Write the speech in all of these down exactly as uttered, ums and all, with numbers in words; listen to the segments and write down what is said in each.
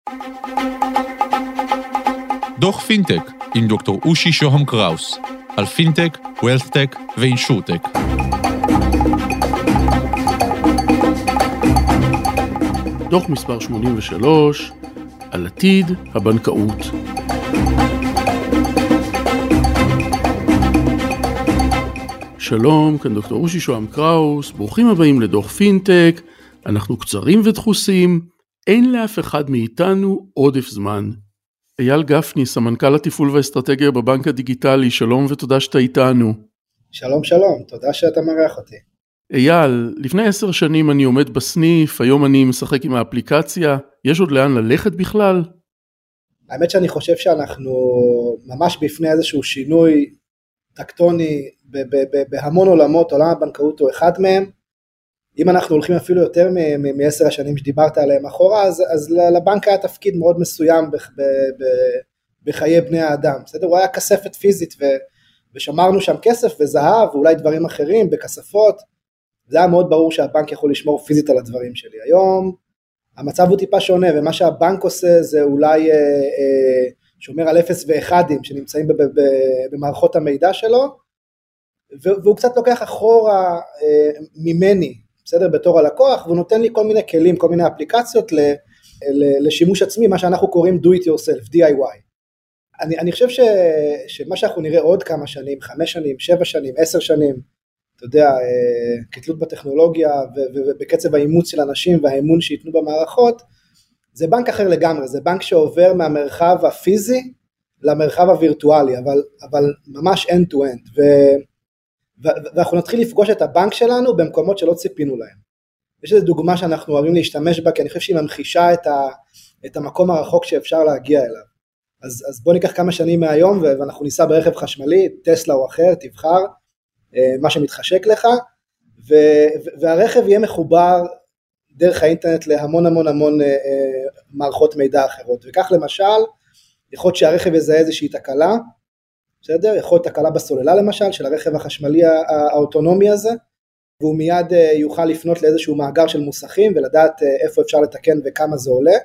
דוח פינטק עם דוקטור אושי שוהם קראוס, על פינטק, ווילת'טק ואינשורטק. דוח מספר שמונים ושלוש, על עתיד הבנקאות. שלום, כאן דוקטור אושי שוהם קראוס, ברוכים הבאים לדוח פינטק, אנחנו קצרים ודחוסים, אין לאף אחד מאיתנו עודף זמן. אייל גפני, סמנכ"ל התפעול והאסטרטגיה בבנק הדיגיטלי, שלום ותודה שאתה איתנו. שלום שלום, תודה שאתה מארח אותי. אייל, לפני עשר שנים אני עומד בסניף, היום אני משחק עם האפליקציה, יש עוד לאן ללכת בכלל? האמת שאני חושב שאנחנו ממש בפני איזשהו שינוי טקטוני בהמון עולמות, עולם הבנקאות הוא אחד מהם. אם אנחנו הולכים אפילו יותר מעשר השנים שדיברת עליהם אחורה, אז, אז לבנק היה תפקיד מאוד מסוים בחיי בני האדם. בסדר? הוא היה כספת פיזית ו, ושמרנו שם כסף וזהב ואולי דברים אחרים בכספות. זה היה מאוד ברור שהבנק יכול לשמור פיזית על הדברים שלי. היום המצב הוא טיפה שונה, ומה שהבנק עושה זה אולי אה, אה, שומר על אפס ואחדים שנמצאים במערכות המידע שלו, והוא קצת לוקח אחורה אה, ממני, בסדר, בתור הלקוח, והוא נותן לי כל מיני כלים, כל מיני אפליקציות ל, ל, לשימוש עצמי, מה שאנחנו קוראים do it yourself, די איי וואי. אני, אני חושב ש, שמה שאנחנו נראה עוד כמה שנים, חמש שנים, שבע שנים, עשר שנים, אתה יודע, כתלות בטכנולוגיה ובקצב האימוץ של אנשים והאמון שיתנו במערכות, זה בנק אחר לגמרי, זה בנק שעובר מהמרחב הפיזי למרחב הווירטואלי, אבל, אבל ממש end to end, ו, ואנחנו נתחיל לפגוש את הבנק שלנו במקומות שלא ציפינו להם. יש איזו דוגמה שאנחנו אוהבים להשתמש בה, כי אני חושב שהיא ממחישה את, ה, את המקום הרחוק שאפשר להגיע אליו. אז, אז בוא ניקח כמה שנים מהיום, ואנחנו ניסע ברכב חשמלי, טסלה או אחר, תבחר, מה שמתחשק לך, והרכב יהיה מחובר דרך האינטרנט להמון המון המון מערכות מידע אחרות, וכך למשל, יכול להיות שהרכב יזהה איזושהי תקלה, בסדר? יכול להיות תקלה בסוללה למשל, של הרכב החשמלי האוטונומי הזה, והוא מיד יוכל לפנות לאיזשהו מאגר של מוסכים, ולדעת איפה אפשר לתקן וכמה זה עולה,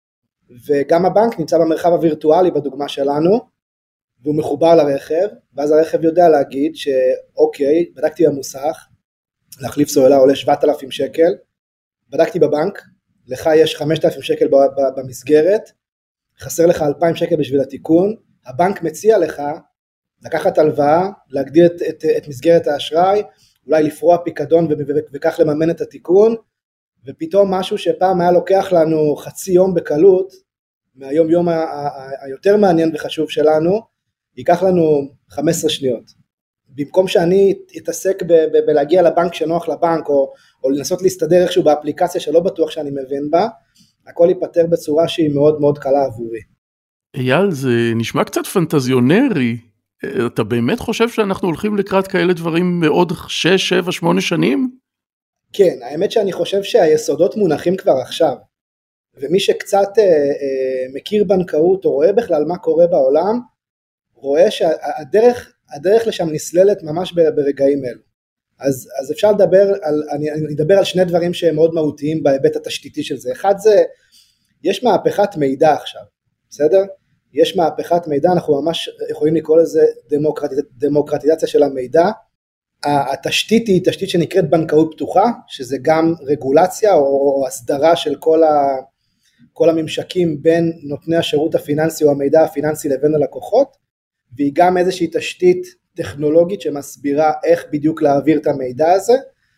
וגם הבנק נמצא במרחב הווירטואלי בדוגמה שלנו, והוא מחובר לרכב, ואז הרכב יודע להגיד שאוקיי, בדקתי במוסך, להחליף סוללה עולה שבעת אלפים שקל, בדקתי בבנק, לך יש חמשת אלפים שקל במסגרת, חסר לך אלפיים שקל בשביל התיקון, הבנק מציע לך לקחת הלוואה, להגדיל את, את, את מסגרת האשראי, אולי לפרוע פיקדון וכך לממן את התיקון, ופתאום משהו שפעם היה לוקח לנו חצי יום בקלות, מהיום יום היותר מעניין וחשוב שלנו, ייקח לנו חמש עשרה שניות. במקום שאני אתעסק ב- ב- בלהגיע לבנק שנוח לבנק, או, או לנסות להסתדר איכשהו באפליקציה שלא בטוח שאני מבין בה, הכל ייפטר בצורה שהיא מאוד מאוד קלה עבורי. אייל, זה נשמע קצת פנטזיונרי. אתה באמת חושב שאנחנו הולכים לקראת כאלה דברים בעוד שש, שבע, שמונה שנים? כן, האמת שאני חושב שהיסודות מונחים כבר עכשיו. ומי שקצת אה, אה, מכיר בנקאות, או רואה בכלל מה קורה בעולם, רואה שהדרך הדרך לשם נסללת ממש ברגעים אלו. אז, אז אפשר לדבר על, אני, אני אדבר על שני דברים שהם מאוד מהותיים בהיבט התשתיתי של זה. אחד זה, יש מהפכת מידע עכשיו, בסדר? יש מהפכת מידע, אנחנו ממש יכולים לקרוא לזה דמוקרט, דמוקרטיזציה של המידע. התשתית היא תשתית שנקראת בנקאות פתוחה, שזה גם רגולציה או, או הסדרה של כל, ה, כל הממשקים בין נותני השירות הפיננסי או המידע הפיננסי לבין הלקוחות, והיא גם איזושהי תשתית טכנולוגית שמסבירה איך בדיוק להעביר את המידע הזה,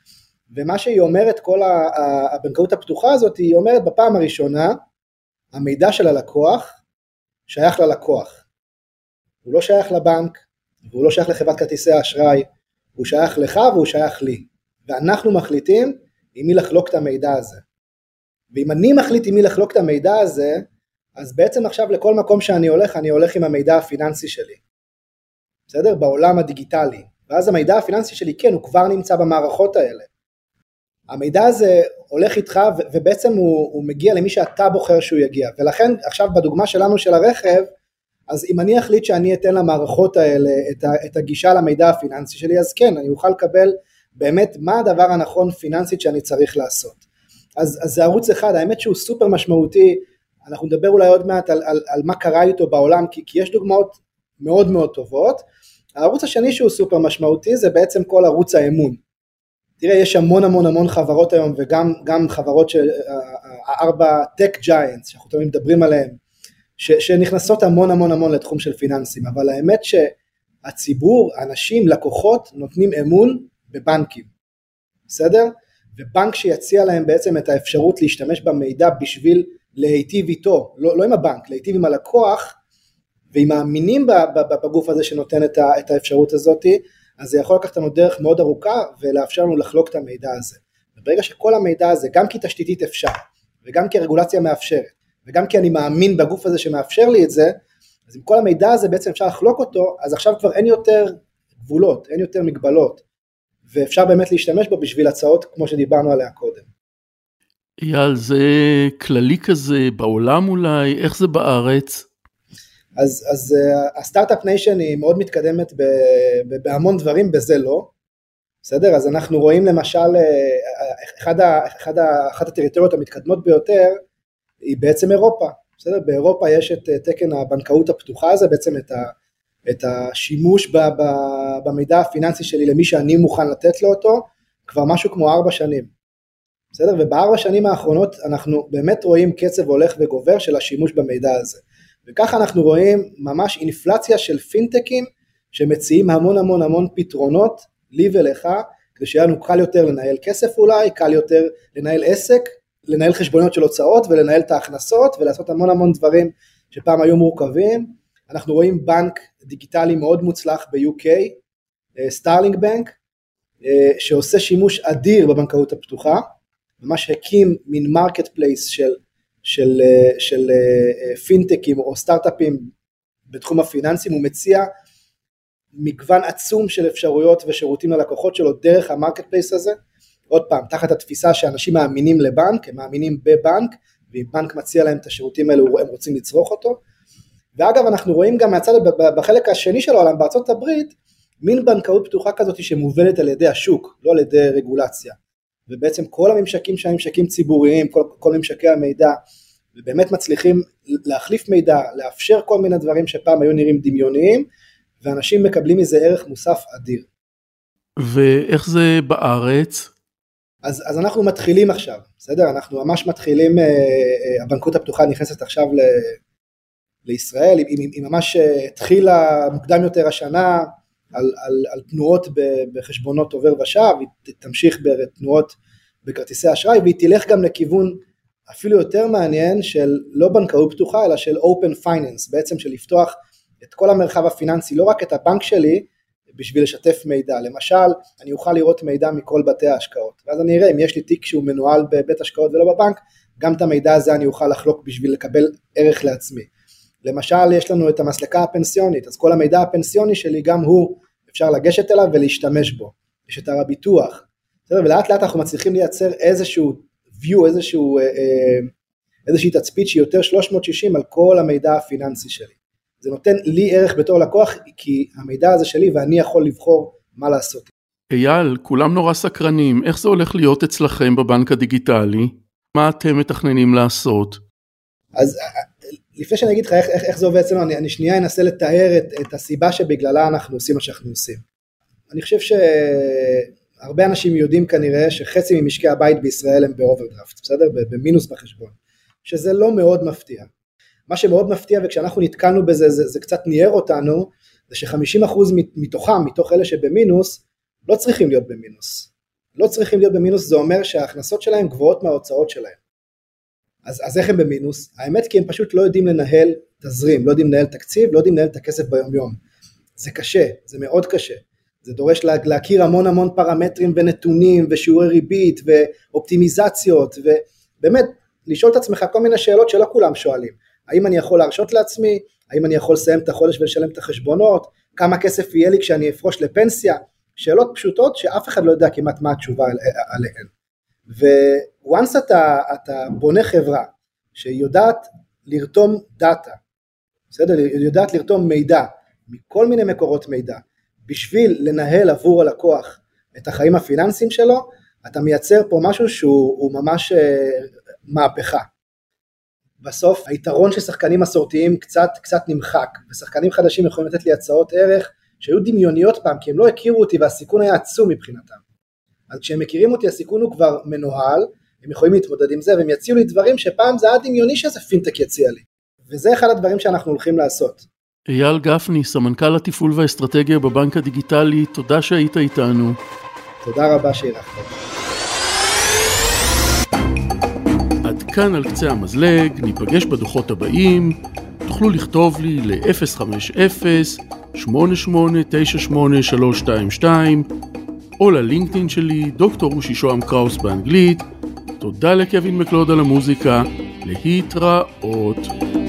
ומה שהיא אומרת, כל הבנקאות הפתוחה הזאת, היא אומרת בפעם הראשונה, המידע של הלקוח שייך ללקוח, הוא לא שייך לבנק, והוא לא שייך לחברת כרטיסי האשראי, הוא שייך לך והוא שייך לי, ואנחנו מחליטים עם מי לחלוק את המידע הזה, ואם אני מחליט עם מי לחלוק את המידע הזה, אז בעצם עכשיו לכל מקום שאני הולך, אני הולך עם המידע הפיננסי שלי, בסדר? בעולם הדיגיטלי, ואז המידע הפיננסי שלי, כן, הוא כבר נמצא במערכות האלה. המידע הזה הולך איתך, ובעצם הוא, הוא מגיע למי שאתה בוחר שהוא יגיע, ולכן עכשיו בדוגמה שלנו של הרכב, אז אם אני אחליט שאני אתן למערכות האלה את, ה, את הגישה למידע הפיננסי שלי, אז כן, אני אוכל לקבל באמת מה הדבר הנכון פיננסית שאני צריך לעשות. אז, אז זה ערוץ אחד, האמת שהוא סופר משמעותי, אנחנו נדבר אולי עוד מעט על, על, על מה קרה איתו בעולם, כי, כי יש דוגמאות מאוד מאוד טובות. הערוץ השני שהוא סופר משמעותי, זה בעצם כל ערוץ האמון. תראה, יש המון המון המון חברות היום, וגם גם חברות של הארבע טק ג'יינטס, שאנחנו תמיד מדברים עליהן, ש, שנכנסות המון המון המון לתחום של פיננסים, אבל האמת שהציבור, אנשים, לקוחות, נותנים אמון בבנקים, בסדר? ובנק שיציע להם בעצם את האפשרות להשתמש במידע בשביל להיטיב איתו, לא, לא עם הבנק, להיטיב עם הלקוח, ואם מאמינים בגוף הזה שנותן את האפשרות הזאת, אז זה יכול לקחת לנו דרך מאוד ארוכה, ולאפשר לנו לחלוק את המידע הזה. וברגע שכל המידע הזה, גם כי תשתיתית אפשר, וגם כי הרגולציה מאפשרת, וגם כי אני מאמין בגוף הזה שמאפשר לי את זה, אז אם כל המידע הזה בעצם אפשר לחלוק אותו, אז עכשיו כבר אין יותר גבולות, אין יותר מגבלות, ואפשר באמת להשתמש בו בשביל הצעות כמו שדיברנו עליה קודם. אייל, זה כללי כזה בעולם אולי, איך זה בארץ? אז, אז uh, הסטארט-אפ ניישן היא מאוד מתקדמת ב, ב, בהמון דברים, בזה לא, בסדר? אז אנחנו רואים למשל, uh, אחד, ה, אחד, ה, אחד הטריטוריות המתקדמות ביותר, היא בעצם אירופה, בסדר? באירופה יש את uh, תקן הבנקאות הפתוחה הזה, בעצם את, ה, את השימוש ב, ב, במידע הפיננסי שלי, למי שאני מוכן לתת לו אותו, כבר משהו כמו ארבע שנים, בסדר? ובארבע שנים האחרונות, אנחנו באמת רואים קצב הולך וגובר של השימוש במידע הזה. וככה אנחנו רואים ממש אינפלציה של פינטקים, שמציעים המון המון המון פתרונות, לי ולך, כדי שיהיה לנו קל יותר לנהל כסף אולי, קל יותר לנהל עסק, לנהל חשבוניות של הוצאות, ולנהל את ההכנסות, ולעשות המון המון דברים שפעם היו מורכבים. אנחנו רואים בנק דיגיטלי מאוד מוצלח ב-יו קיי, סטארלינג בנק, שעושה שימוש אדיר בבנקאות הפתוחה, ממש הקים מין מרקט פלייס של, של, של פינטקים או סטארט-אפים בתחום הפיננסים, הוא מציע מגוון עצום של אפשרויות ושירותים ללקוחות שלו דרך המרקט פלייס הזה, עוד פעם, תחת התפיסה שאנשים מאמינים לבנק, הם מאמינים בבנק, ואם בנק מציע להם את השירותים האלו, הם רוצים לצרוך אותו, ואגב אנחנו רואים גם מהצד, בחלק השני של העולם, בארצות הברית, מין בנקאות פתוחה כזאת שמובלת על ידי השוק, לא על ידי רגולציה, ובעצם כל הממשקים שהם ממשקים ציבוריים, כל, כל ממשקי המידע, ובאמת מצליחים להחליף מידע, לאפשר כל מיני דברים שפעם היו נראים דמיוניים, ואנשים מקבלים מזה ערך מוסף אדיר. ואיך זה בארץ? אז, אז אנחנו מתחילים עכשיו, בסדר? אנחנו ממש מתחילים, הבנקאות הפתוחה נכנסת עכשיו ל, לישראל, היא, היא ממש התחילה מוקדם יותר השנה, על, על, על תנועות בחשבונות עובר ושב, היא תמשיך בתנועות בכרטיסי אשראי, והיא תלך גם לכיוון אפילו יותר מעניין של לא בנקאות פתוחה, אלא של open finance, בעצם של לפתוח את כל המרחב הפיננסי, לא רק את הבנק שלי, בשביל לשתף מידע. למשל, אני אוכל לראות מידע מכל בתי ההשקעות, ואז אני אראה אם יש לי תיק שהוא מנוהל בבית השקעות ולא בבנק, גם את המידע הזה אני אוכל לחלוק בשביל לקבל ערך לעצמי. למשל, יש לנו את המסלקה הפנסיונית, אז כל המידע הפנסיוני שלי, גם הוא אפשר לגשת אליו ולהשתמש בו. יש את הביטוח, ולאט לאט אנחנו מצליחים לייצר איזשהו view, איזשהו, איזושהי תצפית שהיא יותר שלוש מאות שישים על כל המידע הפיננסי שלי. זה נותן לי ערך בתור לקוח, כי המידע הזה שלי ואני יכול לבחור מה לעשות. אייל, כולם נורא סקרנים, איך זה הולך להיות אצלכם בבנק הדיגיטלי? מה אתם מתכננים לעשות? אז לפני שאני אגיד לך איך, איך, איך זה עובד אצלנו, אני, אני שנייה אנסה לתאר את, את הסיבה שבגללה אנחנו עושים מה שאנחנו עושים. אני חושב שהרבה אנשים יודעים כנראה שחצי ממשקי הבית בישראל הם באוברדרפט, בסדר? במינוס בחשבון, שזה לא מאוד מפתיע. מה שמאוד מפתיע וכשאנחנו נתקלנו בזה, זה, זה קצת ניער אותנו, זה ש-חמישים אחוז מתוכם, מתוך אלה שבמינוס, לא צריכים להיות במינוס. לא צריכים להיות במינוס, זה אומר שההכנסות שלהם גבוהות מההוצאות שלהם. אז, אז איך הם במינוס? האמת כי הם פשוט לא יודעים לנהל תזרים, לא יודעים לנהל תקציב, לא יודעים לנהל את הכסף ביום יום. זה קשה, זה מאוד קשה. זה דורש לה, להכיר המון המון פרמטרים ונתונים ושיעורי ריבית ואופטימיזציות, ובאמת לשאול את עצמך כל מיני שאלות שלא כולם שואלים. האם אני יכול להרשות לעצמי? האם אני יכול לסיים את החודש ולשלם את החשבונות? כמה כסף יהיה לי כשאני אפרוש לפנסיה? שאלות פשוטות שאף אחד לא יודע כמעט מה התשובה עליהן. וואנס אתה, אתה בונה חברה שיודעת לרתום דאטה, בסדר? יודעת לרתום מידע מכל מיני מקורות מידע, בשביל לנהל עבור הלקוח את החיים הפיננסיים שלו, אתה מייצר פה משהו שהוא ממש מהפכה. בסוף היתרון של שחקנים מסורתיים קצת, קצת נמחק, ושחקנים חדשים יכולים לתת לי הצעות ערך שהיו דמיוניות פעם, כי הם לא הכירו אותי והסיכון היה עצום מבחינתם. אז כשהם מכירים אותי הסיכון הוא כבר מנוהל, הם יכולים להתמודד עם זה, והם יציעו לי דברים שפעם זה היה דמיוני שזה פינטק יציע לי. וזה אחד הדברים שאנחנו הולכים לעשות. אייל גפני, סמנכ"ל התפעול והאסטרטגיה בבנק הדיגיטלי, תודה שהיית איתנו. תודה רבה שאירחת. עד כאן על קצה המזלג, ניפגש בדוחות הבאים, תוכלו לכתוב לי ל-אפס חמש אפס שמונה שמונה תשע שמונה שלוש שתיים שתיים או ללינקדאין שלי, דוקטור אושי שוהם קראוס באנגלית. תודה לקווין מקלוד על המוזיקה, להתראות.